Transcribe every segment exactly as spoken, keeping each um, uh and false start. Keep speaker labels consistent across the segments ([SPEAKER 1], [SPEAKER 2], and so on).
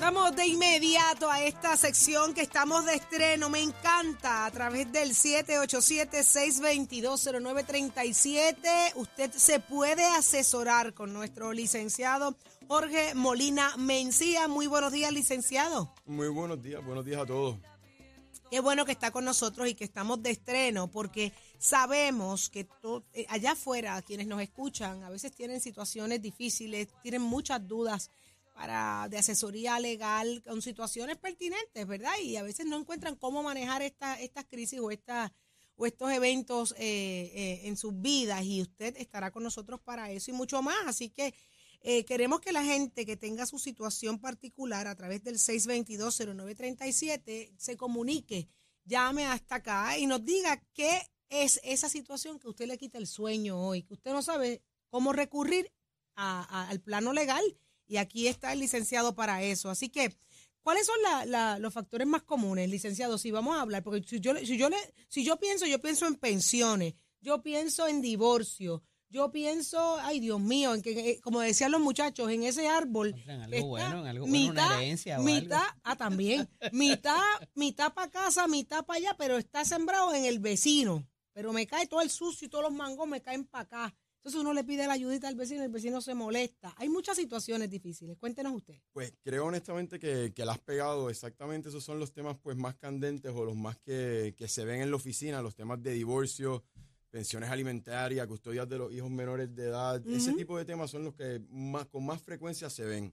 [SPEAKER 1] Vamos de inmediato a esta sección que estamos de estreno. Me encanta. A través del siete ocho siete, seis dos dos, cero nueve tres siete. Usted se puede asesorar con nuestro licenciado Jorge Molina Mencía. Muy buenos días, licenciado.
[SPEAKER 2] Muy buenos días, buenos días a todos.
[SPEAKER 1] Qué bueno que está con nosotros y que estamos de estreno, porque sabemos que to- eh, allá afuera, quienes nos escuchan, a veces tienen situaciones difíciles, tienen muchas dudas para de asesoría legal con situaciones pertinentes, ¿verdad? Y a veces no encuentran cómo manejar esta, estas crisis o, esta, o estos eventos eh, eh, en sus vidas, y usted estará con nosotros para eso y mucho más. Así que eh, queremos que la gente que tenga su situación particular a través del seis dos dos, cero nueve tres siete se comunique, llame hasta acá y nos diga qué es esa situación que usted le quita el sueño hoy, que usted no sabe cómo recurrir a, a- al plano legal, y aquí está el licenciado para eso. Así que, ¿cuáles son la- la- los factores más comunes, licenciado? Si vamos a hablar, porque si yo, le- si yo, le, si yo pienso, yo pienso en pensiones, yo pienso en divorcio, yo pienso, ay Dios mío, en que, eh, como decían los muchachos, en ese árbol
[SPEAKER 3] En algo
[SPEAKER 1] está
[SPEAKER 3] bueno, en algo bueno,
[SPEAKER 1] mitad,
[SPEAKER 3] una herencia o
[SPEAKER 1] mitad,
[SPEAKER 3] algo.
[SPEAKER 1] ah, también, mitad, mitad para casa, mitad para allá, pero está sembrado en el vecino. Pero me cae todo el sucio y todos los mangos me caen para acá. Entonces uno le pide la ayudita al vecino y el vecino se molesta. Hay muchas situaciones difíciles. Cuéntenos usted.
[SPEAKER 2] Pues creo honestamente que, que la has pegado. Exactamente, esos son los temas pues más candentes o los más que, que se ven en la oficina, los temas de divorcio, pensiones alimentarias, custodias de los hijos menores de edad. Ese
[SPEAKER 1] Ujú.
[SPEAKER 2] tipo de temas son los que más, con más frecuencia se ven.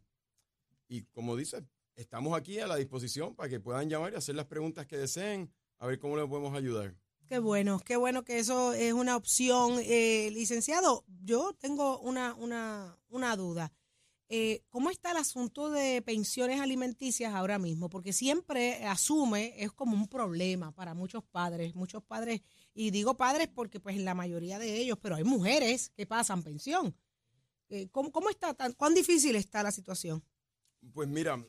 [SPEAKER 2] Y como dices, estamos aquí a la disposición para que puedan llamar y hacer las preguntas que deseen, a ver cómo les podemos ayudar.
[SPEAKER 1] Qué bueno, qué bueno que eso es una opción. Eh, licenciado, yo tengo una, una, una duda. Eh, ¿cómo está el asunto de pensiones alimenticias ahora mismo? Porque siempre asume, es como un problema para muchos padres, muchos padres, y digo padres porque pues la mayoría de ellos, pero hay mujeres que pasan pensión. Eh, ¿cómo, cómo está, tan, cuán difícil está la situación?
[SPEAKER 2] Pues mira,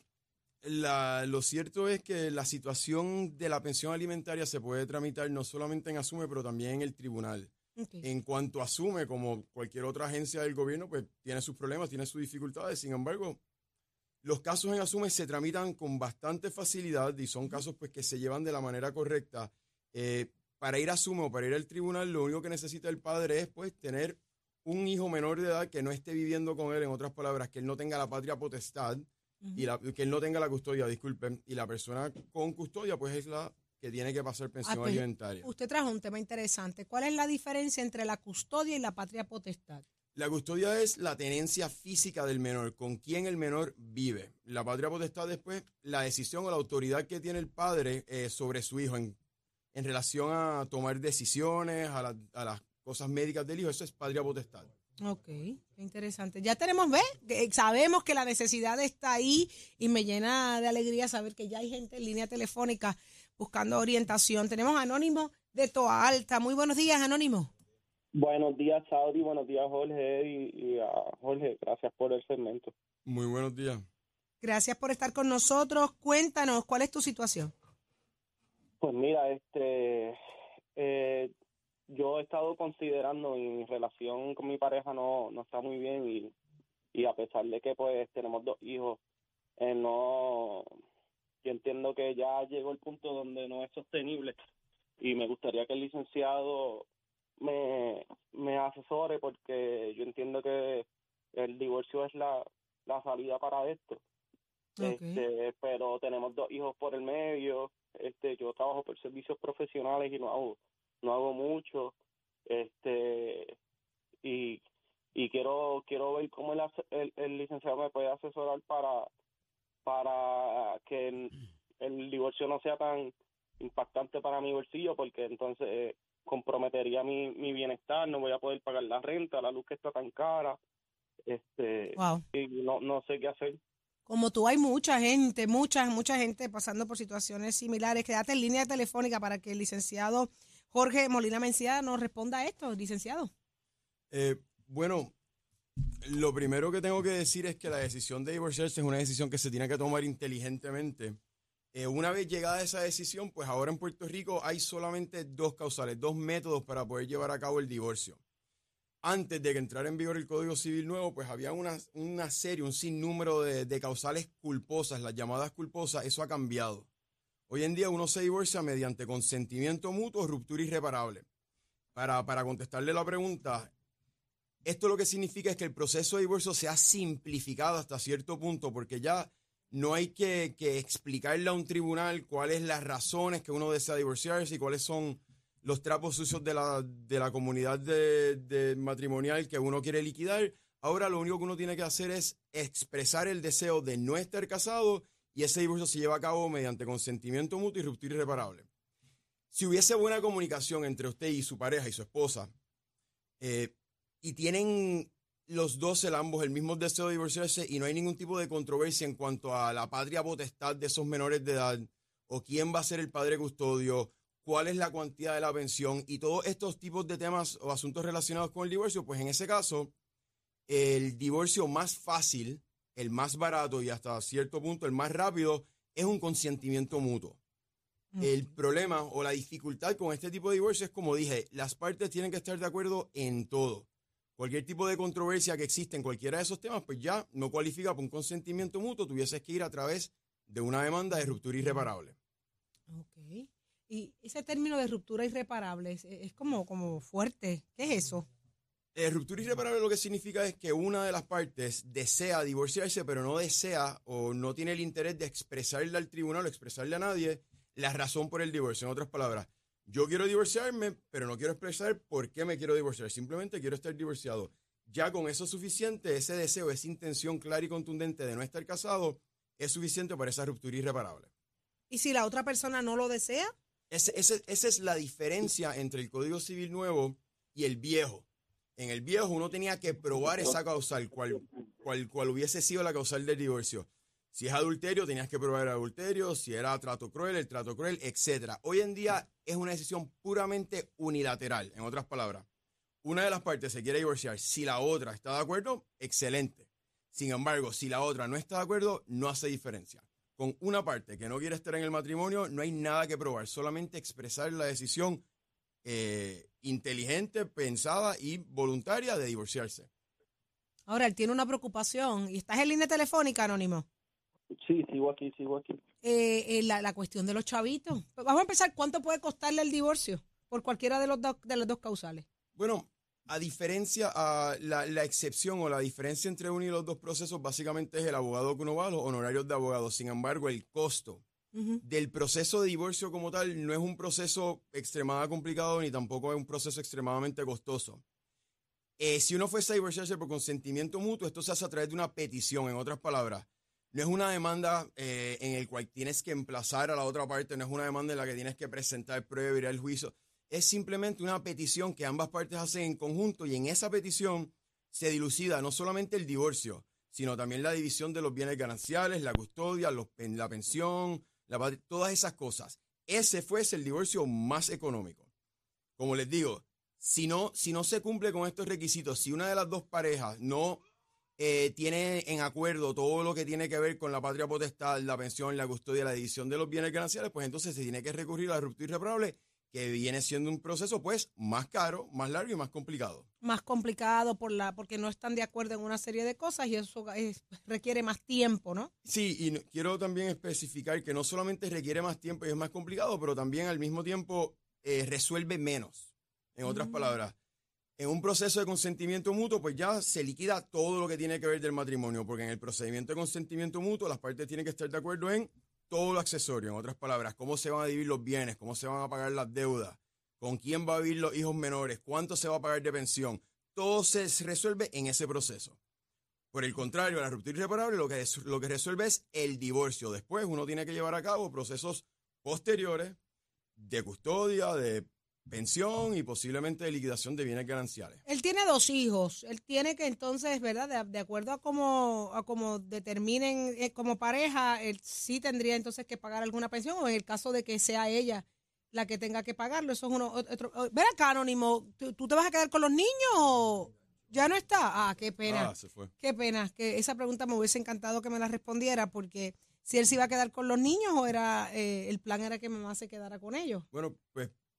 [SPEAKER 2] la- lo cierto es que la situación de la pensión alimentaria se puede tramitar no solamente en ASUME, pero también en el tribunal.
[SPEAKER 1] Okay.
[SPEAKER 2] En cuanto a ASUME, como cualquier otra agencia del gobierno, pues tiene sus problemas, tiene sus dificultades. Sin embargo, los casos en ASUME se tramitan con bastante facilidad y son casos pues que se llevan de la manera correcta. Eh, para ir a ASUME o para ir al tribunal, lo único que necesita el padre es pues tener un hijo menor de edad que no esté viviendo con él, en otras palabras, que él no tenga la patria potestad y la, que él no tenga la custodia, disculpen, y la persona con custodia pues es la que tiene que pasar pensión
[SPEAKER 1] Ah, pues,
[SPEAKER 2] alimentaria.
[SPEAKER 1] usted trajo un tema interesante. ¿Cuál es la diferencia entre la custodia y la patria potestad?
[SPEAKER 2] La custodia es la tenencia física del menor, con quien el menor vive. La patria potestad después, la decisión o la autoridad que tiene el padre eh, sobre su hijo en, en relación a tomar decisiones, a, la- a las cosas médicas del hijo, eso es patria potestad.
[SPEAKER 1] Ok, qué interesante. Ya tenemos, ¿ves? Que sabemos que la necesidad está ahí y me llena de alegría saber que ya hay gente en línea telefónica buscando orientación. Tenemos a Anónimo de Toa Alta. Muy buenos días, Anónimo.
[SPEAKER 4] Buenos días, Saudi. Buenos días, Jorge. Y, y a Jorge, gracias por el segmento.
[SPEAKER 2] Muy buenos días.
[SPEAKER 1] Gracias por estar con nosotros. Cuéntanos, ¿cuál es tu situación?
[SPEAKER 4] Pues mira, este, eh, yo he estado considerando, mi relación con mi pareja no, no está muy bien y, y a pesar de que pues tenemos dos hijos, eh, no, yo entiendo que ya llegó el punto donde no es sostenible y me gustaría que el licenciado me, me asesore porque yo entiendo que el divorcio es la, la salida para esto.
[SPEAKER 1] Ok.
[SPEAKER 4] Este, pero tenemos dos hijos por el medio. Este, yo trabajo por servicios profesionales y no hago, no hago mucho. Este, y, y quiero, quiero ver cómo el, ase- el, el licenciado me puede asesorar para, para que el, el divorcio no sea tan impactante para mi bolsillo, porque entonces eh, comprometería mi, mi bienestar, no voy a poder pagar la renta, la luz que está tan cara, este,
[SPEAKER 1] Wow.
[SPEAKER 4] y no, no sé qué hacer.
[SPEAKER 1] Como tú, hay mucha gente, mucha, mucha gente pasando por situaciones similares. Quédate en línea telefónica para que el licenciado Jorge Molina Mencía nos responda a esto, licenciado.
[SPEAKER 2] Eh, bueno, lo primero que tengo que decir es que la decisión de divorciarse es una decisión que se tiene que tomar inteligentemente. Eh, una vez llegada esa decisión, pues ahora en Puerto Rico hay solamente dos causales, dos métodos para poder llevar a cabo el divorcio. antes de que entrara en vigor el Código Civil nuevo, pues había una, una serie, un sinnúmero de, de causales culposas, las llamadas culposas. Eso ha cambiado. Hoy en día uno se divorcia mediante consentimiento mutuo o ruptura irreparable. Para, para contestarle la pregunta, esto lo que significa es que el proceso de divorcio se ha simplificado hasta cierto punto, porque ya no hay que, que explicarle a un tribunal cuáles son las razones que uno desea divorciarse y cuáles son los trapos sucios de la, de la comunidad de, de matrimonial que uno quiere liquidar. Ahora lo único que uno tiene que hacer es expresar el deseo de no estar casado y ese divorcio se lleva a cabo mediante consentimiento mutuo y ruptura irreparable. Si hubiese buena comunicación entre usted y su pareja y su esposa, eh, y tienen los dos, el ambos, el mismo deseo de divorciarse y no hay ningún tipo de controversia en cuanto a la patria potestad de esos menores de edad o quién va a ser el padre custodio, cuál es la cuantía de la pensión y todos estos tipos de temas o asuntos relacionados con el divorcio, pues en ese caso, el divorcio más fácil, el más barato y hasta cierto punto el más rápido es un consentimiento mutuo. Uh-huh. El problema o la dificultad con este tipo de divorcio es, como dije, las partes tienen que estar de acuerdo en todo. Cualquier tipo de controversia que existe en cualquiera de esos temas, pues ya no cualifica para un consentimiento mutuo, tuvieses que ir a través de una demanda de ruptura irreparable.
[SPEAKER 1] Ok. Y ese término de ruptura irreparable es, es como, como fuerte. ¿Qué es eso?
[SPEAKER 2] Eh, ruptura irreparable lo que significa es que una de las partes desea divorciarse, pero no desea o no tiene el interés de expresarle al tribunal o expresarle a nadie la razón por el divorcio. En otras palabras, yo quiero divorciarme, pero no quiero expresar por qué me quiero divorciar. Simplemente quiero estar divorciado. Ya con eso es suficiente, ese deseo, esa intención clara y contundente de no estar casado, es suficiente para esa ruptura irreparable.
[SPEAKER 1] ¿Y si la otra persona no lo desea?
[SPEAKER 2] Ese, ese, esa es la diferencia entre el Código Civil nuevo y el viejo. En el viejo uno tenía que probar esa causal, cual, cual, cual hubiese sido la causal del divorcio. Si es adulterio, tenías que probar el adulterio, si era trato cruel, el trato cruel, etcétera. Hoy en día es una decisión puramente unilateral. En otras palabras, una de las partes se quiere divorciar. Si la otra está de acuerdo, excelente. Sin embargo, si la otra no está de acuerdo, no hace diferencia. Con una parte que no quiere estar en el matrimonio, no hay nada que probar, solamente expresar la decisión eh, inteligente, pensada y voluntaria de divorciarse.
[SPEAKER 1] Ahora, él tiene una preocupación. ¿Y estás en línea telefónica, Anónimo?
[SPEAKER 4] Sí, sigo aquí, sigo aquí.
[SPEAKER 1] Eh, eh, la, la cuestión de los chavitos. Vamos a empezar. ¿Cuánto puede costarle el divorcio por cualquiera de los do, de las dos causales?
[SPEAKER 2] Bueno, a diferencia, a la, la excepción o la diferencia entre uno y los dos procesos básicamente es el abogado que uno va, los honorarios de abogado. Sin embargo, el costo uh-huh. del proceso de divorcio como tal no es un proceso extremadamente complicado ni tampoco es un proceso extremadamente costoso. Eh, si uno fuese a divorciarse por consentimiento mutuo, esto se hace a través de una petición, en otras palabras. No es una demanda eh, en la cual tienes que emplazar a la otra parte, no es una demanda en la que tienes que presentar prueba y ir al juicio. Es simplemente una petición que ambas partes hacen en conjunto y en esa petición se dilucida no solamente el divorcio, sino también la división de los bienes gananciales, la custodia, los, la pensión, la, todas esas cosas. Ese fuese el divorcio más económico. Como les digo, si no, si no se cumple con estos requisitos, si una de las dos parejas no eh, tiene en acuerdo todo lo que tiene que ver con la patria potestad, la pensión, la custodia, la división de los bienes gananciales, pues entonces se tiene que recurrir a la ruptura irreparable, que viene siendo un proceso pues más caro, más largo y más complicado.
[SPEAKER 1] Más complicado por la porque no están de acuerdo en una serie de cosas y eso es, requiere más tiempo, ¿no?
[SPEAKER 2] Sí, y quiero también especificar que no solamente requiere más tiempo y es más complicado, pero también al mismo tiempo eh, resuelve menos. En otras mm. palabras, en un proceso de consentimiento mutuo pues ya se liquida todo lo que tiene que ver del matrimonio, porque en el procedimiento de consentimiento mutuo las partes tienen que estar de acuerdo en todo lo accesorio, en otras palabras, cómo se van a dividir los bienes, cómo se van a pagar las deudas, con quién va a vivir los hijos menores, cuánto se va a pagar de pensión. Todo se resuelve en ese proceso. Por el contrario, la ruptura irreparable lo que, lo que resuelve es el divorcio. Después uno tiene que llevar a cabo procesos posteriores de custodia, de pensión y posiblemente de liquidación de bienes gananciales.
[SPEAKER 1] Él tiene dos hijos. Él tiene que entonces, ¿verdad? De, de acuerdo a cómo a cómo determinen eh, como pareja, él sí tendría entonces que pagar alguna pensión o en el caso de que sea ella la que tenga que pagarlo. Eso es uno otro. Ven acá, Anónimo, ¿tú, ¿tú te vas a quedar con los niños o ya no está? Ah, qué pena.
[SPEAKER 2] Ah, se fue.
[SPEAKER 1] Qué pena. Que esa pregunta me hubiese encantado que me la respondiera porque si él se iba a quedar con los niños o era eh, el plan era que mamá se quedara con ellos.
[SPEAKER 2] Bueno, pues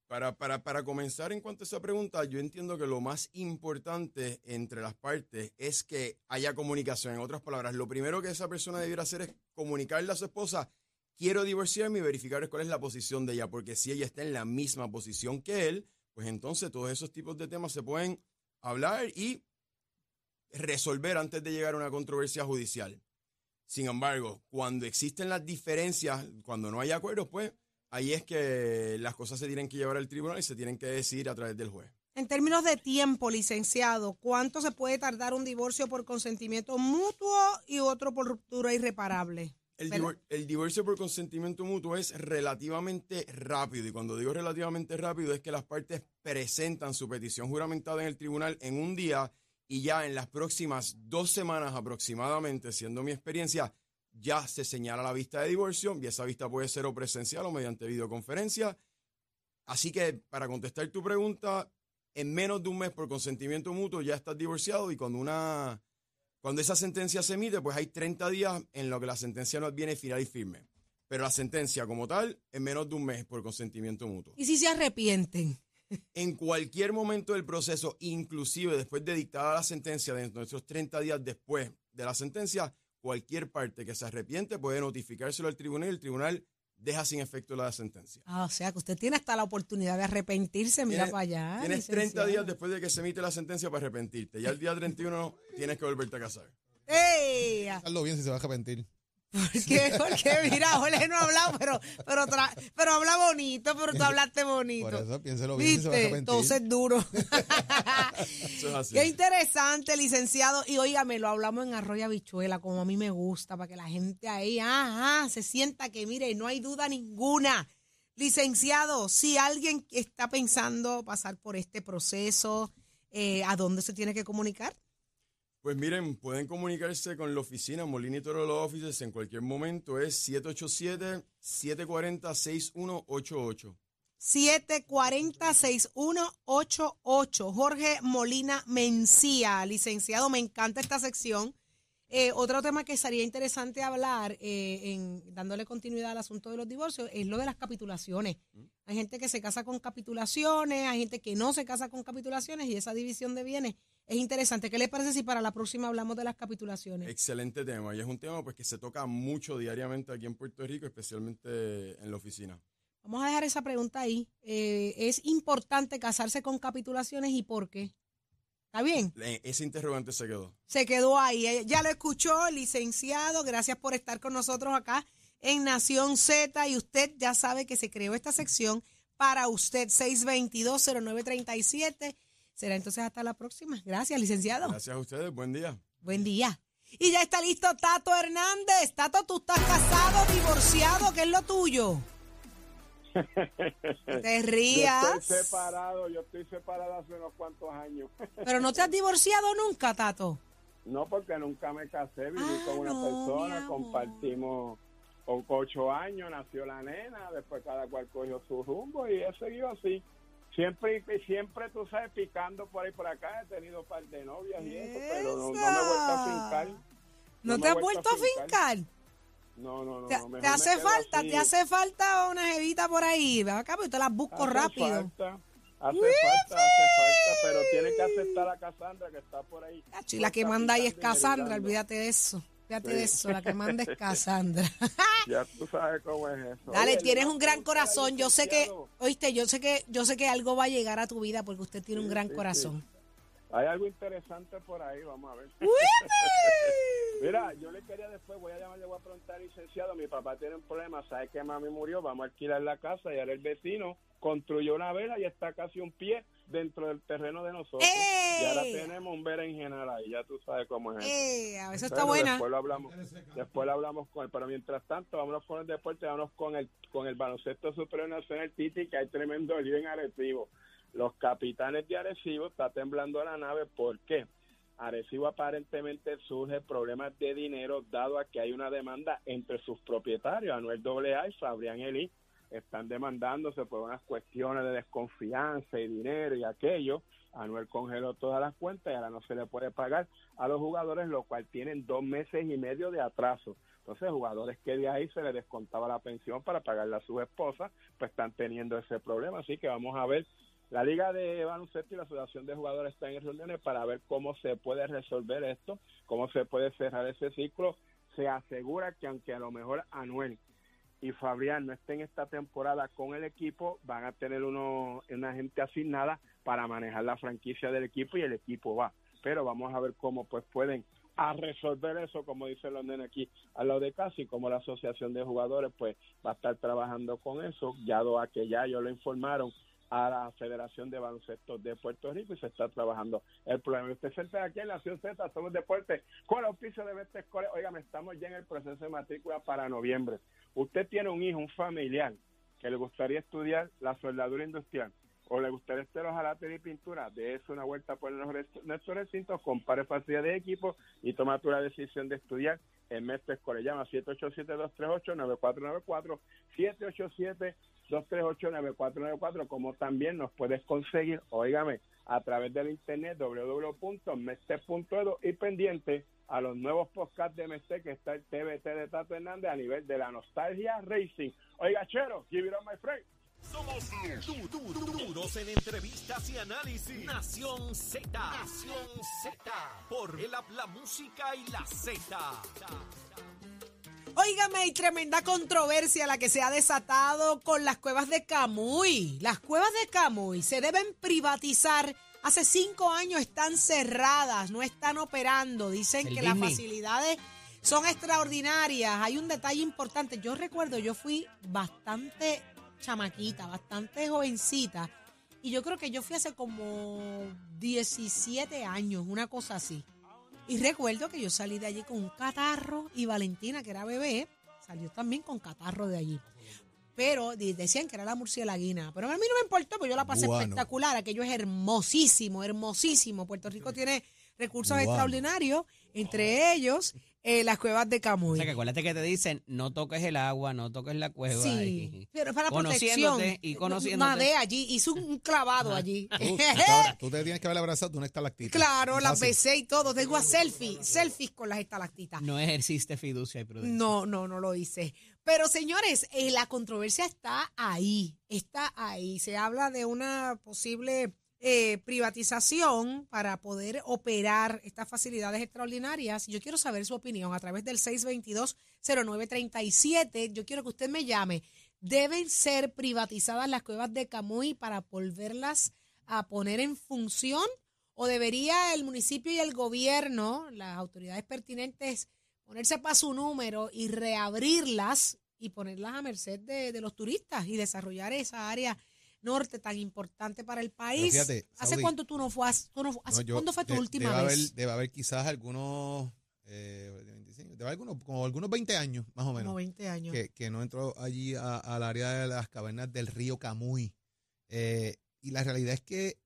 [SPEAKER 2] Para, para, para comenzar en cuanto a esa pregunta, yo entiendo que lo más importante entre las partes es que haya comunicación. En otras palabras, lo primero que esa persona debiera hacer es comunicarle a su esposa, quiero divorciarme y verificar cuál es la posición de ella, porque si ella está en la misma posición que él, pues entonces todos esos tipos de temas se pueden hablar y resolver antes de llegar a una controversia judicial. Sin embargo, cuando existen las diferencias, cuando no hay acuerdos, pues ahí es que las cosas se tienen que llevar al tribunal y se tienen que decidir a través del juez.
[SPEAKER 1] En términos de tiempo, licenciado, ¿cuánto se puede tardar un divorcio por consentimiento mutuo y otro por ruptura irreparable?
[SPEAKER 2] El, divor- el divorcio por consentimiento mutuo es relativamente rápido, y cuando digo relativamente rápido es que las partes presentan su petición juramentada en el tribunal en un día y ya en las próximas dos semanas aproximadamente, siendo mi experiencia, ya se señala la vista de divorcio y esa vista puede ser o presencial o mediante videoconferencia. Así que para contestar tu pregunta, en menos de un mes por consentimiento mutuo ya estás divorciado y cuando una... Cuando esa sentencia se emite, pues hay treinta días en lo que la sentencia no viene final y firme. Pero la sentencia como tal, en menos de un mes por consentimiento mutuo.
[SPEAKER 1] ¿Y si se arrepienten?
[SPEAKER 2] En cualquier momento del proceso, inclusive después de dictada la sentencia, dentro de esos treinta días después de la sentencia, cualquier parte que se arrepiente puede notificárselo al tribunal y el tribunal deja sin efecto la sentencia.
[SPEAKER 1] Ah, o sea, que usted tiene hasta la oportunidad de arrepentirse, mira
[SPEAKER 2] Tienes,
[SPEAKER 1] para allá.
[SPEAKER 2] tienes
[SPEAKER 1] licenciado.
[SPEAKER 2] treinta días después de que se emite la sentencia para arrepentirte. Ya el día treinta y uno tienes que volverte a casar.
[SPEAKER 1] ¡Ey!
[SPEAKER 3] Hazlo bien si se va a arrepentir.
[SPEAKER 1] ¿Por qué? Porque mira, Jorge no ha hablado, pero, pero, tra- pero habla bonito, pero tú hablaste bonito.
[SPEAKER 3] Por eso piénselo bien si se va a
[SPEAKER 1] ¿Viste?
[SPEAKER 3] arrepentir.
[SPEAKER 1] Entonces duro.
[SPEAKER 2] Eso es así.
[SPEAKER 1] Qué interesante, licenciado. Y óigame, lo hablamos en Arroyo Habichuela, como a mí me gusta, para que la gente ahí, ajá, se sienta que, mire, no hay duda ninguna. Licenciado, si alguien está pensando pasar por este proceso, eh, ¿a dónde se tiene que comunicar?
[SPEAKER 2] Pues miren, pueden comunicarse con la oficina Molina y Toro Law Offices en cualquier momento. Es siete ocho siete, siete cuatro cero, seis uno ocho ocho.
[SPEAKER 1] siete cuatro cero, seis uno ocho ocho. Jorge Molina Mencía, licenciado, me encanta esta sección. Eh, otro tema que sería interesante hablar, eh, en dándole continuidad al asunto de los divorcios, es lo de las capitulaciones. Hay gente que se casa con capitulaciones, hay gente que no se casa con capitulaciones y esa división de bienes es interesante. ¿Qué le parece si para la próxima hablamos de las capitulaciones?
[SPEAKER 2] Excelente tema. Y es un tema pues que se toca mucho diariamente aquí en Puerto Rico, especialmente en la oficina.
[SPEAKER 1] Vamos a dejar esa pregunta ahí. Eh, ¿Es importante casarse con capitulaciones y por qué? ¿Está bien?
[SPEAKER 2] Le- Ese interrogante se quedó.
[SPEAKER 1] Se quedó ahí. Eh, Ya lo escuchó, licenciado. Gracias por estar con nosotros acá en Nación Z. Y usted ya sabe que se creó esta sección para usted. seis dos dos, cero nueve tres siete. Será entonces hasta la próxima. Gracias, licenciado.
[SPEAKER 2] Gracias a ustedes. Buen día.
[SPEAKER 1] Buen día. Y ya está listo Tato Hernández. Tato, tú estás casado, divorciado. ¿Qué es lo tuyo? No te rías.
[SPEAKER 5] Yo estoy separado, yo estoy separado hace unos cuantos años.
[SPEAKER 1] Pero no te has divorciado nunca, Tato.
[SPEAKER 5] No, porque nunca me casé, viví
[SPEAKER 1] Ah,
[SPEAKER 5] con una
[SPEAKER 1] no, mi
[SPEAKER 5] persona,
[SPEAKER 1] amor.
[SPEAKER 5] compartimos con ocho años, nació la nena, después cada cual cogió su rumbo y he seguido así. Siempre, siempre, tú sabes, picando por ahí por acá, he tenido un par de novias y eso, pero no, no me he vuelto a fincar.
[SPEAKER 1] ¿No
[SPEAKER 5] me
[SPEAKER 1] te
[SPEAKER 5] he
[SPEAKER 1] has vuelto a fincar?
[SPEAKER 5] No, no, no.
[SPEAKER 1] ¿Te,
[SPEAKER 5] no, mejor
[SPEAKER 1] te hace
[SPEAKER 5] me quedo
[SPEAKER 1] falta,
[SPEAKER 5] así.
[SPEAKER 1] te hace falta una jevita por ahí? Ven acá, pues te las busco
[SPEAKER 5] Hace
[SPEAKER 1] rápido.
[SPEAKER 5] falta, hace falta, hace falta, pero tiene que aceptar a Cassandra que está por ahí.
[SPEAKER 1] Chacho, y la que
[SPEAKER 5] Está
[SPEAKER 1] manda ahí es
[SPEAKER 5] picando y
[SPEAKER 1] Cassandra,
[SPEAKER 5] merenando.
[SPEAKER 1] olvídate de eso. Olvídate
[SPEAKER 5] Sí.
[SPEAKER 1] de eso, la que manda es Cassandra.
[SPEAKER 5] Ya tú sabes cómo es eso.
[SPEAKER 1] Dale,
[SPEAKER 5] Oye,
[SPEAKER 1] tienes
[SPEAKER 5] le
[SPEAKER 1] un
[SPEAKER 5] voy a
[SPEAKER 1] gran
[SPEAKER 5] preguntar al
[SPEAKER 1] corazón. Yo sé que,
[SPEAKER 5] licenciado.
[SPEAKER 1] oíste, yo sé que, yo sé que algo va a llegar a tu vida porque usted tiene un
[SPEAKER 5] Sí,
[SPEAKER 1] gran
[SPEAKER 5] sí,
[SPEAKER 1] corazón.
[SPEAKER 5] Hay algo interesante por ahí, vamos a ver. Mira, yo le quería después, voy a llamar, le voy a preguntar, licenciado, mi papá tiene un problema, sabe que mami murió, vamos a alquilar la casa y ahora el vecino construyó una vela y está casi un pie dentro del terreno de nosotros.
[SPEAKER 1] ¡Eh!
[SPEAKER 5] Y ahora tenemos un berenjenal ahí, ya tú sabes cómo es eso.
[SPEAKER 1] Eh, a veces está
[SPEAKER 5] Pero
[SPEAKER 1] buena.
[SPEAKER 5] Después lo hablamos, después lo hablamos con él, pero mientras tanto, vámonos con el deporte, vámonos con el con el baloncesto superior nacional Titi, que hay tremendo lío en Arecibo. Los capitanes de Arecibo está temblando la nave, ¿por qué? Arecibo aparentemente surge problemas de dinero dado a que hay una demanda entre sus propietarios, Anuel doble A y Fabrián Elí. están demandándose por unas cuestiones de desconfianza y dinero y aquello. Anuel congeló todas las cuentas y ahora no se le puede pagar a los jugadores, lo cual tienen dos meses y medio de atraso. Entonces, jugadores que de ahí se les descontaba la pensión para pagarle a sus esposas, pues están teniendo ese problema. Así que vamos a ver, la Liga de Baloncesto y la Asociación de Jugadores están en reuniones para ver cómo se puede resolver esto, cómo se puede cerrar ese ciclo. Se asegura que aunque a lo mejor Anuel y Fabián no estén esta temporada con el equipo, van a tener uno, una gente asignada para manejar la franquicia del equipo y el equipo va. Pero vamos a ver cómo pues pueden a resolver eso, como dicen los nenes aquí a lo de casi, como la asociación de jugadores pues va a estar trabajando con eso, ya a que ya ellos lo informaron a la Federación de Baloncesto de Puerto Rico y se está trabajando el problema. Usted se entera aquí en Nación Z, somos deporte con el auspicio de Vete Escuela. Óigame, estamos ya en el proceso de matrícula para noviembre. Usted tiene un hijo, un familiar que le gustaría estudiar la soldadura industrial o le gustaría estudiar hojalatería y pintura, dése una vuelta por nuestro recinto, compare facilidad de equipo y toma tu la decisión de estudiar en Mestre Escuela. Llama siete ocho siete, dos tres ocho, nueve cuatro nueve cuatro, siete ocho siete, dos tres ocho, nueve cuatro nueve cuatro, como también nos puedes conseguir, óigame, a través del internet doble u doble u doble u punto mestre punto edu y pendiente a los nuevos podcasts de Mestre que está el T V T de Tato Hernández a nivel de la Nostalgia Racing. Oiga, Chero, give it on my friend.
[SPEAKER 6] Somos du- du- du- duros en entrevistas y análisis. Nación Z. Nación Z. Por el la música y la Z.
[SPEAKER 1] Óigame, hay tremenda controversia la que se ha desatado con las cuevas de Camuy. Las cuevas de Camuy se deben privatizar. Hace cinco años están cerradas, no están operando. Dicen
[SPEAKER 7] El
[SPEAKER 1] que las
[SPEAKER 7] Disney.
[SPEAKER 1] facilidades son extraordinarias. Hay un detalle importante. Yo recuerdo, yo fui bastante chamaquita, bastante jovencita. Y yo creo que yo fui hace como diecisiete años, una cosa así. Y recuerdo que yo salí de allí con un catarro y Valentina, que era bebé, salió también con catarro de allí. Pero di- decían que era la murcielaguina. Pero a mí no me importó, porque yo la pasé
[SPEAKER 3] Guano.
[SPEAKER 1] espectacular. Aquello es hermosísimo, hermosísimo. Puerto Rico tiene recursos
[SPEAKER 3] Guano.
[SPEAKER 1] extraordinarios, entre ellos eh, las cuevas de
[SPEAKER 7] O
[SPEAKER 1] Camuy.
[SPEAKER 7] sea, que acuérdate que te dicen, no toques el agua, no toques la cueva.
[SPEAKER 1] Sí,
[SPEAKER 7] y-
[SPEAKER 1] pero es para protección.
[SPEAKER 7] Conociéndote y conociéndote.
[SPEAKER 1] Nadé allí, hizo un clavado allí.
[SPEAKER 3] Tú, ahora, tú te tienes que haber abrazado de una estalactita.
[SPEAKER 1] Claro, las
[SPEAKER 3] Fácil.
[SPEAKER 1] besé y todo. Tengo a selfie, selfies con las estalactitas.
[SPEAKER 7] No ejerciste fiducia y prudencia.
[SPEAKER 1] No, no, no lo hice. Pero señores, eh, la controversia está ahí, está ahí. Se habla de una posible eh, privatización para poder operar estas facilidades extraordinarias. Yo quiero saber su opinión a través del seis dos dos, cero nueve tres siete. Yo quiero que usted me llame. ¿Deben ser privatizadas las cuevas de Camuy para volverlas a poner en función? ¿O debería el municipio y el gobierno, las autoridades pertinentes, ponerse para su número y reabrirlas y ponerlas a merced de, de los turistas y desarrollar esa área norte tan importante para el país?
[SPEAKER 3] Pero fíjate,
[SPEAKER 1] ¿Hace
[SPEAKER 3] Saudi,
[SPEAKER 1] cuánto tú no fuiste? Tú no,
[SPEAKER 3] no,
[SPEAKER 1] ¿hace
[SPEAKER 3] yo-
[SPEAKER 1] ¿Cuándo fue tu
[SPEAKER 3] de-
[SPEAKER 1] última
[SPEAKER 3] debe
[SPEAKER 1] vez?
[SPEAKER 3] Haber, debe haber quizás algunos, eh, veinticinco, debe haber algunos, como algunos veinte años, más o menos,
[SPEAKER 1] Como veinte años.
[SPEAKER 3] que, que no entró allí a- al área de las cavernas del río Camuy. Eh, y la realidad es que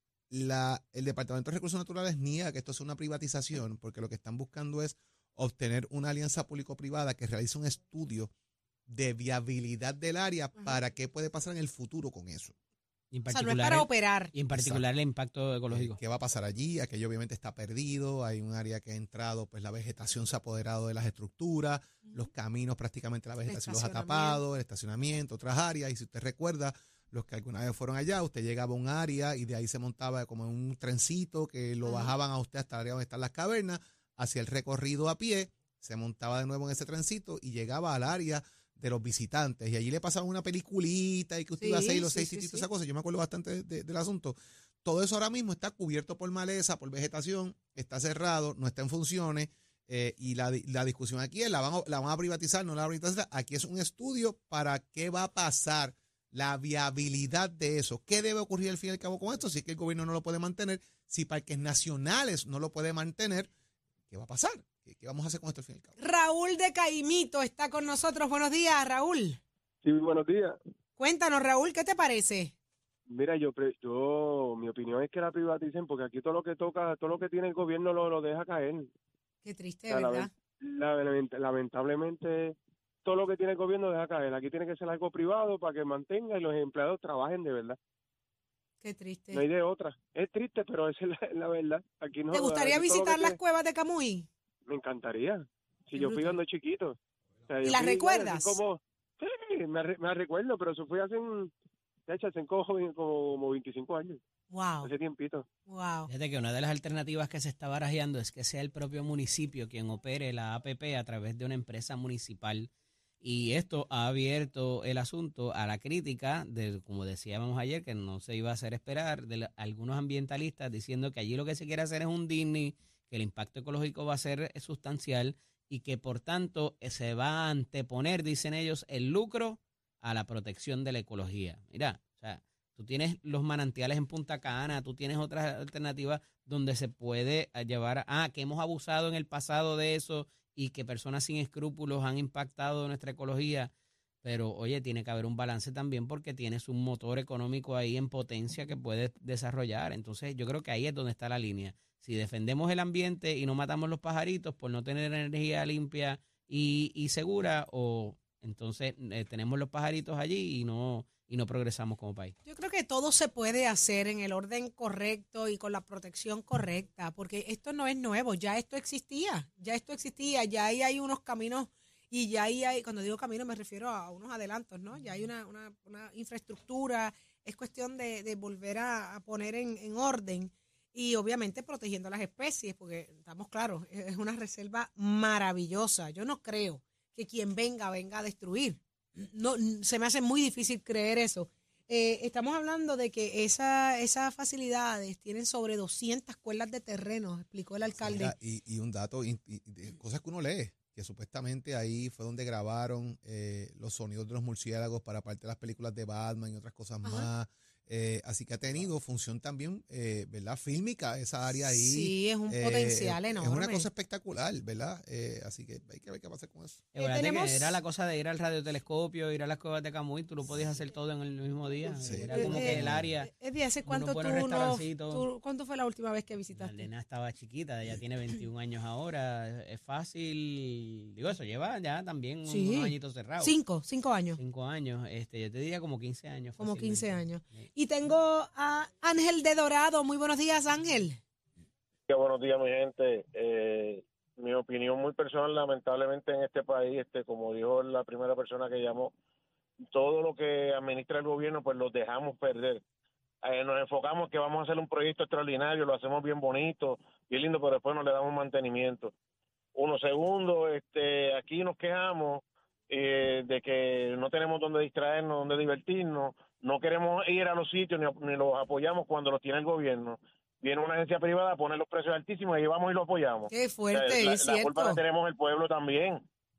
[SPEAKER 3] la, el Departamento de Recursos Naturales niega que esto sea una privatización, porque lo que están buscando es obtener una alianza público-privada que realice un estudio de viabilidad del área
[SPEAKER 1] Ajá.
[SPEAKER 3] para qué puede pasar en el futuro con eso.
[SPEAKER 7] Y en
[SPEAKER 1] O sea, no es
[SPEAKER 7] particular,
[SPEAKER 1] para
[SPEAKER 7] el-
[SPEAKER 1] operar.
[SPEAKER 7] y en particular el impacto ecológico.
[SPEAKER 3] Eh, ¿Qué va a pasar allí? Aquello obviamente está perdido, hay un área que ha entrado, pues la vegetación se ha apoderado de las estructuras, los caminos prácticamente la vegetación los ha tapado, el estacionamiento, otras áreas, y si usted recuerda, los que alguna vez fueron allá, usted llegaba a un área y de ahí se montaba como en un trencito que lo
[SPEAKER 1] Ajá.
[SPEAKER 3] bajaban a usted hasta el área donde están las cavernas, hacía el recorrido a pie, se montaba de nuevo en ese trencito y llegaba al área de los visitantes, y allí le pasaban una peliculita y que usted iba a
[SPEAKER 1] Sí,
[SPEAKER 3] hacer los
[SPEAKER 1] sí,
[SPEAKER 3] seis
[SPEAKER 1] sí,
[SPEAKER 3] sitios,
[SPEAKER 1] sí.
[SPEAKER 3] esa cosa, yo me acuerdo bastante de- de- del asunto. Todo eso ahora mismo está cubierto por maleza, por vegetación, está cerrado, no está en funciones, eh, y la, di- la discusión aquí es, ¿la van, a, ¿la van a privatizar, no la van a privatizar? Aquí es un estudio para qué va a pasar, la viabilidad de eso. ¿Qué debe ocurrir al fin y al cabo con esto? Si es que el gobierno no lo puede mantener, si parques nacionales no lo puede mantener, ¿qué va a pasar? ¿Qué, qué vamos a hacer con esto al fin y al cabo?
[SPEAKER 1] Raúl de Caimito está con nosotros. Buenos días, Raúl.
[SPEAKER 8] Sí, buenos días.
[SPEAKER 1] Cuéntanos, Raúl, ¿qué te parece?
[SPEAKER 8] Mira, yo, pre- yo, mi opinión es que la privaticen porque aquí todo lo que toca, todo lo que tiene el gobierno lo, lo deja caer.
[SPEAKER 1] Qué
[SPEAKER 8] O
[SPEAKER 1] triste,
[SPEAKER 8] sea,
[SPEAKER 1] ¿verdad?
[SPEAKER 8] lamen- la- lament- lamentablemente todo lo que tiene el gobierno deja caer. Aquí tiene que ser algo privado para que mantenga y los empleados trabajen de verdad.
[SPEAKER 1] Qué triste.
[SPEAKER 8] No hay de otra. Es triste, pero esa es la, la verdad. Aquí no.
[SPEAKER 1] ¿Te gustaría
[SPEAKER 8] aquí todo lo
[SPEAKER 1] visitar
[SPEAKER 8] que
[SPEAKER 1] las
[SPEAKER 8] tiene-
[SPEAKER 1] cuevas de Camuy?
[SPEAKER 8] Me encantaría. Si
[SPEAKER 1] Qué
[SPEAKER 8] yo fui
[SPEAKER 1] brutal.
[SPEAKER 8] cuando chiquito. O sea,
[SPEAKER 1] ¿Y
[SPEAKER 8] yo
[SPEAKER 1] las
[SPEAKER 8] fui,
[SPEAKER 1] recuerdas?
[SPEAKER 8] así Como, sí, me, re- me recuerdo, pero eso fue hace, un- de hecho, hace como, como veinticinco años.
[SPEAKER 1] Wow,
[SPEAKER 8] Hace tiempito.
[SPEAKER 1] wow.
[SPEAKER 7] Fíjate que una de las alternativas que se está barajeando es que sea el propio municipio quien opere la A P P a través de una empresa municipal. Y esto ha abierto el asunto a la crítica, de, como decíamos ayer, que no se iba a hacer esperar, de la- algunos ambientalistas diciendo que allí lo que se quiere hacer es un Disney, que el impacto ecológico va a ser sustancial y que por tanto eh, se va a anteponer, dicen ellos, el lucro a la protección de la ecología. Mira, o sea, tú tienes los manantiales en Punta Cana, tú tienes otras alternativas donde se puede eh, llevar a, ah, que hemos abusado en el pasado de eso y que personas sin escrúpulos han impactado nuestra ecología, pero oye, tiene que haber un balance también porque tienes un motor económico ahí en potencia que puedes desarrollar. Entonces yo creo que ahí es donde está la línea. Si defendemos el ambiente y no matamos los pajaritos por no tener energía limpia y, y segura, o entonces eh, tenemos los pajaritos allí y no, y no progresamos como país.
[SPEAKER 1] Yo creo que todo se puede hacer en el orden correcto y con la protección correcta, porque esto no es nuevo, ya esto existía, ya esto existía, ya ahí hay unos caminos y ya ahí hay, cuando digo camino me refiero a unos adelantos, ¿no? Ya hay una, una, una infraestructura, es cuestión de, de volver a, a poner en, en orden y obviamente protegiendo las especies, porque estamos claros, es una reserva maravillosa. Yo no creo que quien venga venga a destruir. No, se me hace muy difícil creer eso. Eh, estamos hablando de que esa, esas facilidades tienen sobre doscientas cuerdas de terreno, explicó el alcalde.
[SPEAKER 3] Mira, y, y un dato, y, y- y cosas que uno lee, que supuestamente ahí fue donde grabaron eh, los sonidos de los murciélagos para parte de las películas de Batman y otras cosas
[SPEAKER 1] Ajá.
[SPEAKER 3] más. Eh, así que ha tenido función también, eh, ¿verdad? Fílmica, esa área ahí.
[SPEAKER 1] Sí, es un
[SPEAKER 3] Eh,
[SPEAKER 1] potencial
[SPEAKER 3] es-
[SPEAKER 1] enorme.
[SPEAKER 3] Es una cosa espectacular, ¿verdad? Eh, así que hay que ver qué pasa con eso.
[SPEAKER 1] Eh,
[SPEAKER 7] Acuérdate
[SPEAKER 1] tenemos-
[SPEAKER 7] que era la cosa de ir al radiotelescopio, ir a las cuevas de Camuy, tú lo podías hacer todo en el mismo día.
[SPEAKER 3] Sí.
[SPEAKER 7] Era como que el área.
[SPEAKER 1] Eddie, ¿hace cuánto
[SPEAKER 7] unos
[SPEAKER 1] tú
[SPEAKER 7] buenos
[SPEAKER 1] no,
[SPEAKER 7] restaurancitos.
[SPEAKER 1] tú- ¿cuánto fue la última vez que
[SPEAKER 7] La
[SPEAKER 1] visitaste?
[SPEAKER 7] nena estaba chiquita, ella tiene veintiún años ahora, es fácil, digo eso, lleva ya también
[SPEAKER 1] Sí.
[SPEAKER 7] unos añitos cerrados.
[SPEAKER 1] Cinco, cinco años.
[SPEAKER 7] Cinco años, este, yo te diría como quince años.
[SPEAKER 1] Como quince
[SPEAKER 7] fácilmente.
[SPEAKER 1] años.
[SPEAKER 7] Sí.
[SPEAKER 1] Y tengo a Ángel de Dorado. Muy buenos días, Ángel.
[SPEAKER 9] Qué buenos días, mi gente. Eh, mi opinión muy personal, lamentablemente en este país, este, como dijo la primera persona que llamó, todo lo que administra el gobierno, pues lo dejamos perder. Eh, nos enfocamos que vamos a hacer un proyecto extraordinario, lo hacemos bien bonito, bien lindo, pero después no le damos mantenimiento. Uno, segundo, este, aquí nos quejamos eh, de que no tenemos donde distraernos, donde divertirnos, no queremos ir a los sitios ni, ni los apoyamos cuando los tiene el gobierno. Viene una agencia privada a poner los precios altísimos y ahí vamos y los apoyamos.
[SPEAKER 1] Qué
[SPEAKER 9] O sea,
[SPEAKER 1] fuerte,
[SPEAKER 9] la,
[SPEAKER 1] es
[SPEAKER 9] la culpa la
[SPEAKER 1] cierto.
[SPEAKER 9] tenemos el pueblo también.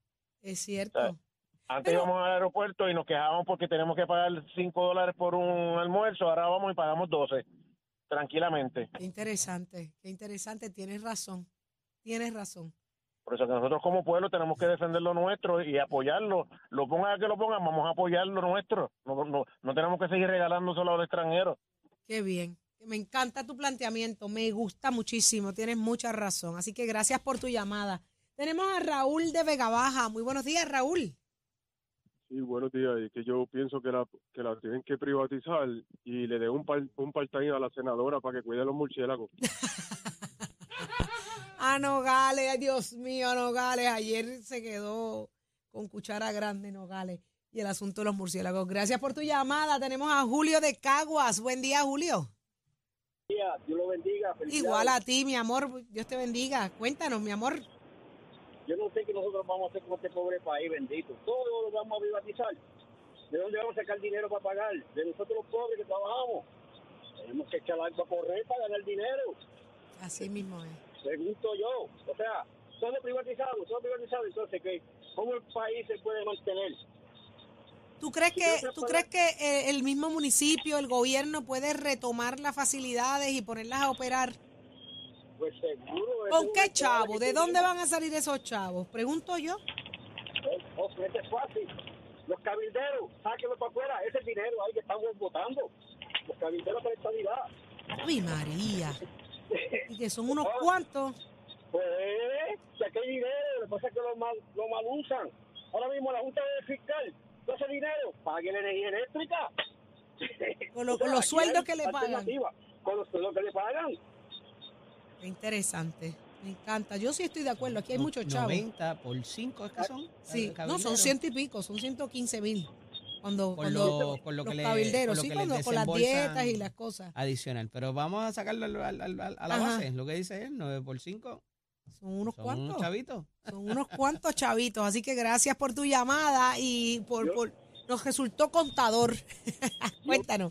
[SPEAKER 1] Es cierto.
[SPEAKER 9] O sea, Antes
[SPEAKER 1] Pero-
[SPEAKER 9] íbamos al aeropuerto y nos quejábamos porque tenemos que pagar cinco dólares por un almuerzo, ahora vamos y pagamos doce, tranquilamente.
[SPEAKER 1] Qué interesante, qué interesante. Tienes razón. Tienes razón.
[SPEAKER 9] Por eso que nosotros como pueblo tenemos que defender lo nuestro y apoyarlo. Lo pongan a que lo pongan, vamos a apoyar lo nuestro. No, no, no tenemos que seguir regalando solo a los extranjeros.
[SPEAKER 1] Qué bien. Me encanta tu planteamiento. Me gusta muchísimo. Tienes mucha razón. Así que gracias por tu llamada. Tenemos a Raúl de Vega Baja. Muy buenos días, Raúl.
[SPEAKER 8] Sí, buenos días. Y que yo pienso que la, que la tienen que privatizar y le den un, par, un part-time a la senadora para que cuide los murciélagos.
[SPEAKER 1] A Nogales, ay, Dios mío, Nogales. Ayer se quedó con cuchara grande Nogales y el asunto de los murciélagos. Gracias por tu llamada. Tenemos a Julio de Caguas. Buen día, Julio.
[SPEAKER 10] Dios lo bendiga.
[SPEAKER 1] Igual a ti, mi amor. Dios te bendiga. Cuéntanos, mi amor.
[SPEAKER 10] Yo no sé qué nosotros vamos a hacer con este pobre país, bendito. Todo lo vamos a privatizar. ¿De dónde vamos a sacar dinero para pagar? De nosotros los pobres que trabajamos. Tenemos que echar algo a correr para ganar dinero.
[SPEAKER 1] Así mismo es.
[SPEAKER 10] Pregunto yo. O sea, todo privatizado, todo privatizado. Entonces, ¿qué? ¿Cómo el país se puede mantener?
[SPEAKER 1] ¿Tú crees que, tú crees que eh, el mismo municipio, el gobierno puede retomar las facilidades y ponerlas a operar?
[SPEAKER 10] Pues seguro.
[SPEAKER 1] ¿Con qué chavo? ¿De dónde van a salir esos chavos? Pregunto yo.
[SPEAKER 10] Oh, eso es fácil. Los cabilderos, sáquenlo para afuera. Ese dinero ahí que estamos votando. Los cabilderos para estabilidad.
[SPEAKER 1] ¡Ay, María! Y que son unos cuantos.
[SPEAKER 10] Pues, si aquí hay dinero, lo que pasa es que lo mal, lo mal usan. Ahora mismo la Junta de Fiscal, todo ese dinero, pague la energía eléctrica.
[SPEAKER 1] Con, lo,
[SPEAKER 10] O sea,
[SPEAKER 1] con los
[SPEAKER 10] aquí
[SPEAKER 1] sueldos
[SPEAKER 10] hay
[SPEAKER 1] que le pagan.
[SPEAKER 10] alternativa. Con los sueldos que le pagan.
[SPEAKER 1] Qué interesante. Me encanta. Yo sí estoy de acuerdo. Aquí hay
[SPEAKER 7] No-
[SPEAKER 1] muchos chavos.
[SPEAKER 7] noventa por cinco es que son.
[SPEAKER 1] Sí, no, son
[SPEAKER 7] cabilderos.
[SPEAKER 1] ciento y pico, son ciento quince mil. Cuando,
[SPEAKER 7] Con
[SPEAKER 1] cuando
[SPEAKER 7] lo- con lo
[SPEAKER 1] los
[SPEAKER 7] que le-
[SPEAKER 1] cabilderos,
[SPEAKER 7] con lo
[SPEAKER 1] sí,
[SPEAKER 7] que les
[SPEAKER 1] cuando, con las
[SPEAKER 7] desembolsan
[SPEAKER 1] dietas y las cosas.
[SPEAKER 7] Adicional. Pero vamos a sacarlo al- al- al- al- a la
[SPEAKER 1] Ajá.
[SPEAKER 7] base. Lo que dice él, nueve por cinco.
[SPEAKER 1] Son unos
[SPEAKER 7] Son
[SPEAKER 1] cuantos.
[SPEAKER 7] unos chavitos.
[SPEAKER 1] Son unos cuantos chavitos. Así que gracias por tu llamada y por, por nos resultó contador. Cuéntanos.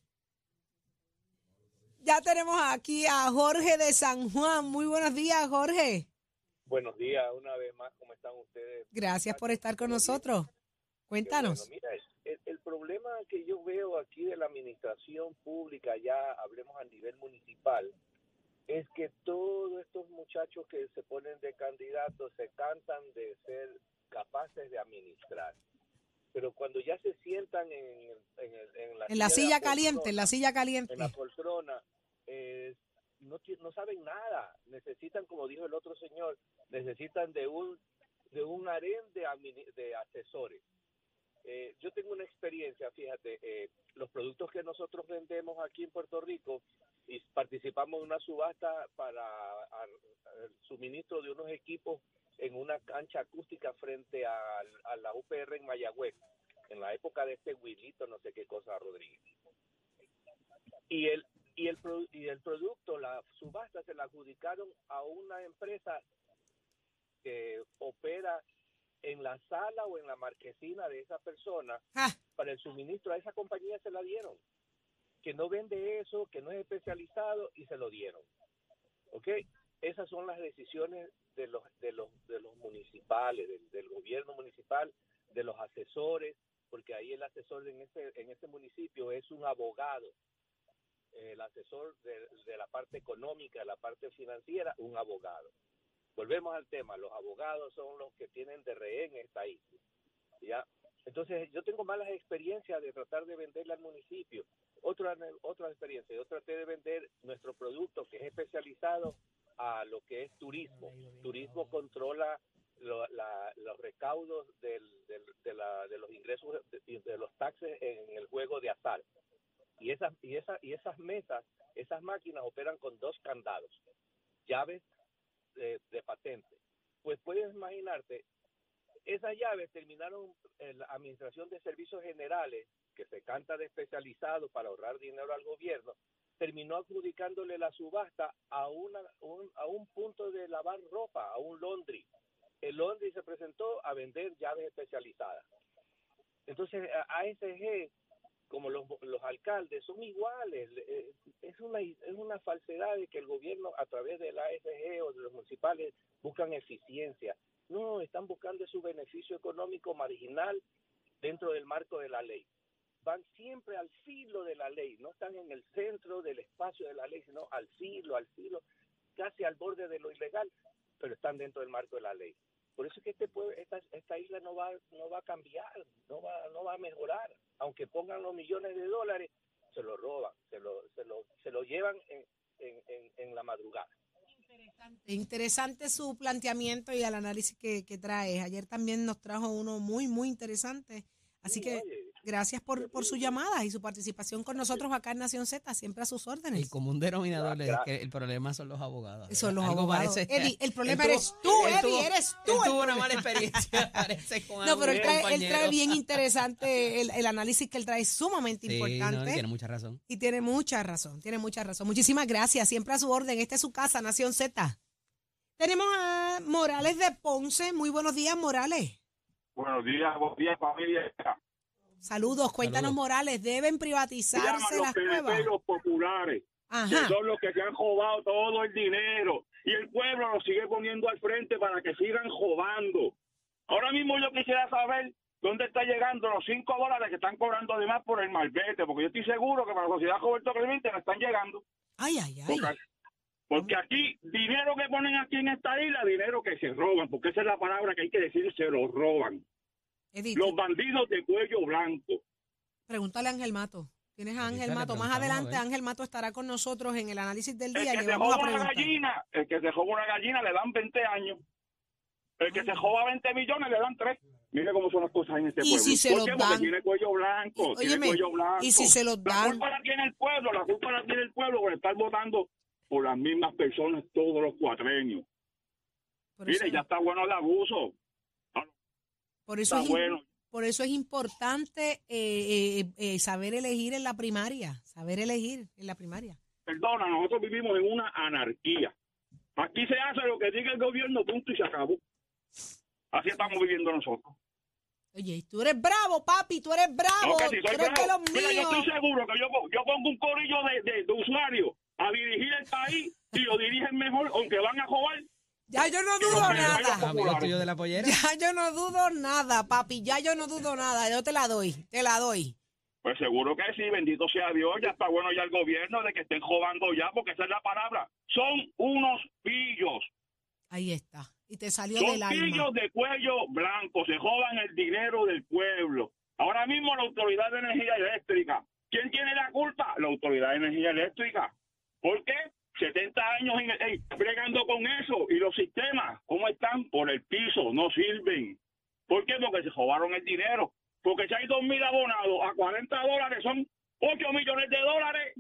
[SPEAKER 1] Ya tenemos aquí a Jorge de San Juan. Muy buenos días, Jorge.
[SPEAKER 11] Buenos días, una vez más, ¿cómo están ustedes?
[SPEAKER 1] Gracias por estar con nosotros. Cuéntanos.
[SPEAKER 11] Qué bueno. Mira, el, el problema que yo veo aquí de la administración pública, ya hablemos a nivel municipal, es que todos estos muchachos que se ponen de candidatos se cansan de ser capaces de administrar. Pero cuando ya se sientan en, en, el- en la
[SPEAKER 1] En la
[SPEAKER 11] silla de
[SPEAKER 1] silla caliente, en
[SPEAKER 11] poltrona,
[SPEAKER 1] la silla caliente.
[SPEAKER 11] en la poltrona, eh, no, ti- no saben nada. Necesitan, como dijo el otro señor, necesitan de un de un harén de, admini- de asesores. Eh, yo tengo una experiencia, fíjate, eh, los productos que nosotros vendemos aquí en Puerto Rico y participamos en una subasta para a- el suministro de unos equipos en una cancha acústica frente a, a la U P R en Mayagüez, en la época de este Wilito, no sé qué cosa, Rodríguez. Y el y el pro- y el producto, la subasta se la adjudicaron a una empresa que opera en la sala o en la marquesina de esa persona.
[SPEAKER 1] Ah.
[SPEAKER 11] Para el suministro a esa compañía se la dieron, que no vende eso, que no es especializado, y se lo dieron. ¿Ok? Esas son las decisiones de los de los de los municipales, del, del gobierno municipal, de los asesores, porque ahí el asesor en ese en ese municipio es un abogado, el asesor de, de la parte económica, de la parte financiera, un abogado. Volvemos al tema, los abogados son los que tienen de rehén esta isla, ¿ya? Entonces, yo tengo malas experiencias de tratar de venderle al municipio. Otra otra experiencia, yo traté de vender nuestro producto, que es especializado a lo que es turismo. Turismo controla lo- la- los recaudos del, del- de, la- de los ingresos de, de los taxes en el juego de azar. Y esas y esas y esas mesas, esas máquinas operan con dos candados, llaves de, de patente. Pues puedes imaginarte, esas llaves terminaron en la Administración de Servicios Generales, que se canta de especializado para ahorrar dinero al gobierno, terminó adjudicándole la subasta a una un, a un punto de lavar ropa, a un laundry. El laundry se presentó a vender llaves especializadas. Entonces, A S G, como los, los alcaldes, son iguales. Eh, Es una, es una falsedad de que el gobierno, a través del A S G o de los municipales, buscan eficiencia. No, están buscando su beneficio económico marginal dentro del marco de la ley. Van siempre al filo de la ley, no están en el centro del espacio de la ley, sino al filo, al filo, casi al borde de lo ilegal, pero están dentro del marco de la ley. Por eso es que este pueblo, esta, esta isla no va, no va a cambiar, no va, no va a mejorar. Aunque pongan los millones de dólares, se lo roban, se lo, se lo, se lo llevan en, en, en, en la madrugada.
[SPEAKER 1] Interesante. Interesante su planteamiento y el análisis que, que trae. Ayer también nos trajo uno muy, muy interesante. Así
[SPEAKER 11] Sí,
[SPEAKER 1] que
[SPEAKER 11] oye,
[SPEAKER 1] gracias por, por su llamada y su participación con nosotros acá en Nación Z, siempre a sus
[SPEAKER 7] El
[SPEAKER 1] órdenes.
[SPEAKER 7] común denominador es que el problema son los abogados.
[SPEAKER 1] Son los
[SPEAKER 7] Algo
[SPEAKER 1] abogados.
[SPEAKER 7] parece-
[SPEAKER 1] Eddie, el problema
[SPEAKER 7] Él tuvo-
[SPEAKER 1] eres tú,
[SPEAKER 7] él
[SPEAKER 1] Eddie,
[SPEAKER 7] tuvo-
[SPEAKER 1] eres tú.
[SPEAKER 7] Él
[SPEAKER 1] el
[SPEAKER 7] tuvo una
[SPEAKER 1] problema.
[SPEAKER 7] mala experiencia, parece, con
[SPEAKER 1] No, pero él
[SPEAKER 7] algún
[SPEAKER 1] trae, él
[SPEAKER 7] compañero.
[SPEAKER 1] trae bien interesante, el, el análisis que él trae es sumamente
[SPEAKER 7] Sí, no,
[SPEAKER 1] importante.
[SPEAKER 7] tiene mucha razón.
[SPEAKER 1] Y tiene mucha razón, tiene mucha razón. Muchísimas gracias, siempre a su orden. Esta es su casa, Nación Z. Tenemos a Morales de Ponce. Muy buenos días, Morales.
[SPEAKER 12] Buenos días, buenos días, familia.
[SPEAKER 1] Saludos, cuéntanos,
[SPEAKER 7] Saludos.
[SPEAKER 1] Morales. ¿Deben privatizarse
[SPEAKER 12] Llaman los
[SPEAKER 1] las
[SPEAKER 12] P D
[SPEAKER 1] cuevas?
[SPEAKER 12] P y los populares, que
[SPEAKER 1] Ajá.
[SPEAKER 12] son los que se han robado todo el dinero. Y el pueblo lo sigue poniendo al frente para que sigan robando. Ahora mismo yo quisiera saber dónde está llegando los cinco dólares que están cobrando además por el malvete, porque yo estoy seguro que para la sociedad Roberto Clemente no están llegando.
[SPEAKER 1] Ay, ay, ay.
[SPEAKER 12] Porque, porque aquí, dinero que ponen aquí en esta isla, dinero que se roban, porque esa es la palabra que hay que decir, se lo roban.
[SPEAKER 1] Edith,
[SPEAKER 12] Los bandidos de cuello blanco.
[SPEAKER 1] pregúntale a Ángel Mato. Tienes a
[SPEAKER 7] Ahorita
[SPEAKER 1] Ángel
[SPEAKER 7] le
[SPEAKER 1] Mato. Más
[SPEAKER 7] preguntamos, a
[SPEAKER 1] adelante,
[SPEAKER 7] ver.
[SPEAKER 1] Ángel Mato estará con nosotros en el análisis del
[SPEAKER 12] El
[SPEAKER 1] día.
[SPEAKER 12] que
[SPEAKER 1] Le
[SPEAKER 12] se
[SPEAKER 1] vamos a
[SPEAKER 12] joba una
[SPEAKER 1] preguntar.
[SPEAKER 12] gallina, el que se joba una gallina le dan veinte años. El que se joba veinte millones le dan tres. Mire cómo son las cosas en este
[SPEAKER 1] ¿Y
[SPEAKER 12] pueblo.
[SPEAKER 1] si se
[SPEAKER 12] ¿Por
[SPEAKER 1] los
[SPEAKER 12] qué? Porque
[SPEAKER 1] dan?
[SPEAKER 12] tiene cuello blanco,
[SPEAKER 1] Y-
[SPEAKER 12] tiene
[SPEAKER 1] óyeme,
[SPEAKER 12] cuello blanco.
[SPEAKER 1] ¿y si se los
[SPEAKER 12] La
[SPEAKER 1] dan?
[SPEAKER 12] culpa la tiene el pueblo, la culpa la tiene el pueblo por estar votando por las mismas personas todos los cuatreños.
[SPEAKER 1] Por
[SPEAKER 12] Mire,
[SPEAKER 1] eso,
[SPEAKER 12] ya está bueno el abuso.
[SPEAKER 1] por eso
[SPEAKER 12] Está
[SPEAKER 1] es,
[SPEAKER 12] bueno.
[SPEAKER 1] por eso es importante eh, eh, eh, saber elegir en la primaria, saber elegir en la primaria.
[SPEAKER 12] Perdona, nosotros vivimos en una anarquía. Aquí se hace lo que diga el gobierno, punto, y se acabó. Así estamos viviendo nosotros.
[SPEAKER 1] Oye, tú eres bravo, papi, tú eres bravo,
[SPEAKER 12] No, que si
[SPEAKER 1] tú
[SPEAKER 12] soy
[SPEAKER 1] eres de
[SPEAKER 12] bravo.
[SPEAKER 1] los
[SPEAKER 12] Mira, yo
[SPEAKER 1] míos.
[SPEAKER 12] estoy seguro que yo, yo pongo un corillo de, de, de usuarios a dirigir el país y lo dirigen mejor, aunque van a joder.
[SPEAKER 1] Ya yo no
[SPEAKER 12] Y los
[SPEAKER 1] dudo
[SPEAKER 12] medios
[SPEAKER 1] nada.
[SPEAKER 7] Amigos tuyos de la pollera.
[SPEAKER 1] Ya yo no dudo nada, papi, ya yo no dudo nada. Yo te la doy, te la doy.
[SPEAKER 12] Pues seguro que sí, bendito sea Dios, ya está bueno ya el gobierno de que estén jodando ya, porque esa es la palabra. Son unos pillos,
[SPEAKER 1] Ahí está. Y te salió
[SPEAKER 12] son
[SPEAKER 1] del alma.
[SPEAKER 12] pillos de cuello blanco, se jodan el dinero del pueblo. Ahora mismo la Autoridad de Energía Eléctrica, ¿quién tiene la culpa? La Autoridad de Energía Eléctrica. ¿Por qué? setenta años en, en, bregando con eso, y los sistemas, ¿cómo están? Por el piso, no sirven. ¿Por qué? Porque se robaron el dinero. Porque si hay dos mil abonados a cuarenta dólares, son ocho millones de dólares.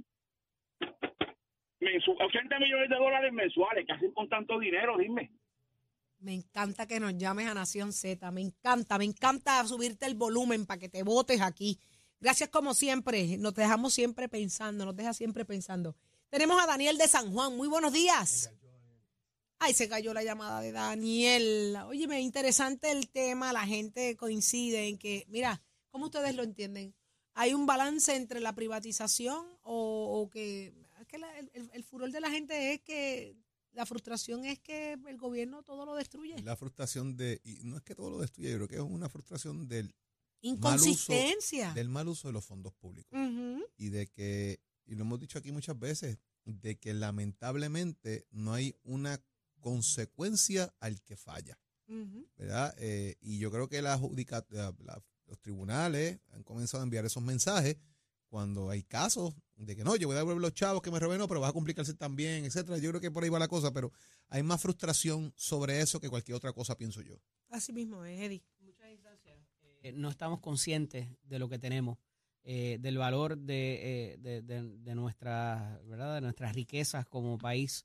[SPEAKER 12] Mensu ochenta millones de dólares mensuales. ¿Qué hacen con tanto dinero? Dime.
[SPEAKER 1] Me encanta que nos llames a Nación Z. Me encanta, me encanta subirte el volumen para que te votes aquí. Gracias como siempre. Nos dejamos siempre pensando, nos deja siempre pensando. Tenemos a Daniel de San Juan. Muy buenos días. Ay, se cayó la llamada de Daniel. Óyeme, interesante el tema. La gente coincide en que, mira, ¿cómo ustedes lo entienden? ¿Hay un balance entre la privatización o, o que, es que la, el, el furor de la gente es que la frustración es que el gobierno todo lo destruye?
[SPEAKER 3] La frustración de, y no es que todo lo destruya, yo creo que es una frustración del
[SPEAKER 1] Inconsistencia.
[SPEAKER 3] mal uso, del mal uso de los fondos públicos.
[SPEAKER 1] Uh-huh.
[SPEAKER 3] Y de que, y lo hemos dicho aquí muchas veces, de que lamentablemente no hay una consecuencia al que falla,
[SPEAKER 1] Uh-huh.
[SPEAKER 3] ¿verdad? Eh, y yo creo que la judica, la, la, los tribunales han comenzado a enviar esos mensajes cuando hay casos de que no, yo voy a devolver los chavos que me robé, no, pero va a complicarse también, etcétera. Yo creo que por ahí va la cosa, pero hay más frustración sobre eso que cualquier otra cosa, pienso yo.
[SPEAKER 1] Así mismo es, Eddie.
[SPEAKER 7] Muchas instancias eh, no estamos conscientes de lo que tenemos, eh, del valor de, eh, de, de, de, nuestra, ¿verdad? de nuestras riquezas como país.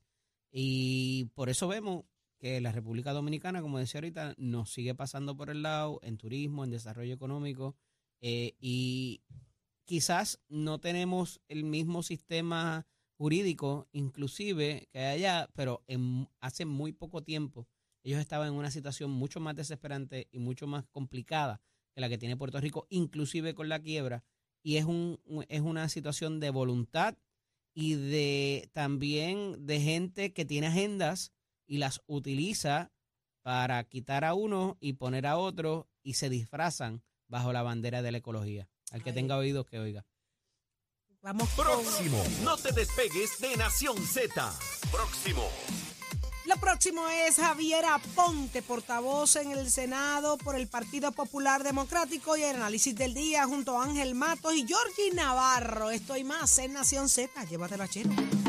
[SPEAKER 7] Y por eso vemos que la República Dominicana, como decía ahorita, nos sigue pasando por el lado en turismo, en desarrollo económico, eh, y quizás no tenemos el mismo sistema jurídico inclusive que hay allá, pero en, hace muy poco tiempo ellos estaban en una situación mucho más desesperante y mucho más complicada que la que tiene Puerto Rico, inclusive con la quiebra, y es, un, es una situación de voluntad y de también de gente que tiene agendas y las utiliza para quitar a uno y poner a otro y se disfrazan bajo la bandera de la ecología. Al que
[SPEAKER 1] Ay.
[SPEAKER 7] tenga oídos, que oiga.
[SPEAKER 1] Vamos con...
[SPEAKER 6] Próximo. No te despegues de Nación Z. Próximo.
[SPEAKER 1] Lo próximo es Javier Aponte, portavoz en el Senado por el Partido Popular Democrático, y el análisis del día junto a Ángel Matos y Georgie Navarro. Esto y más en Nación Z. Llévatelo a Chelo.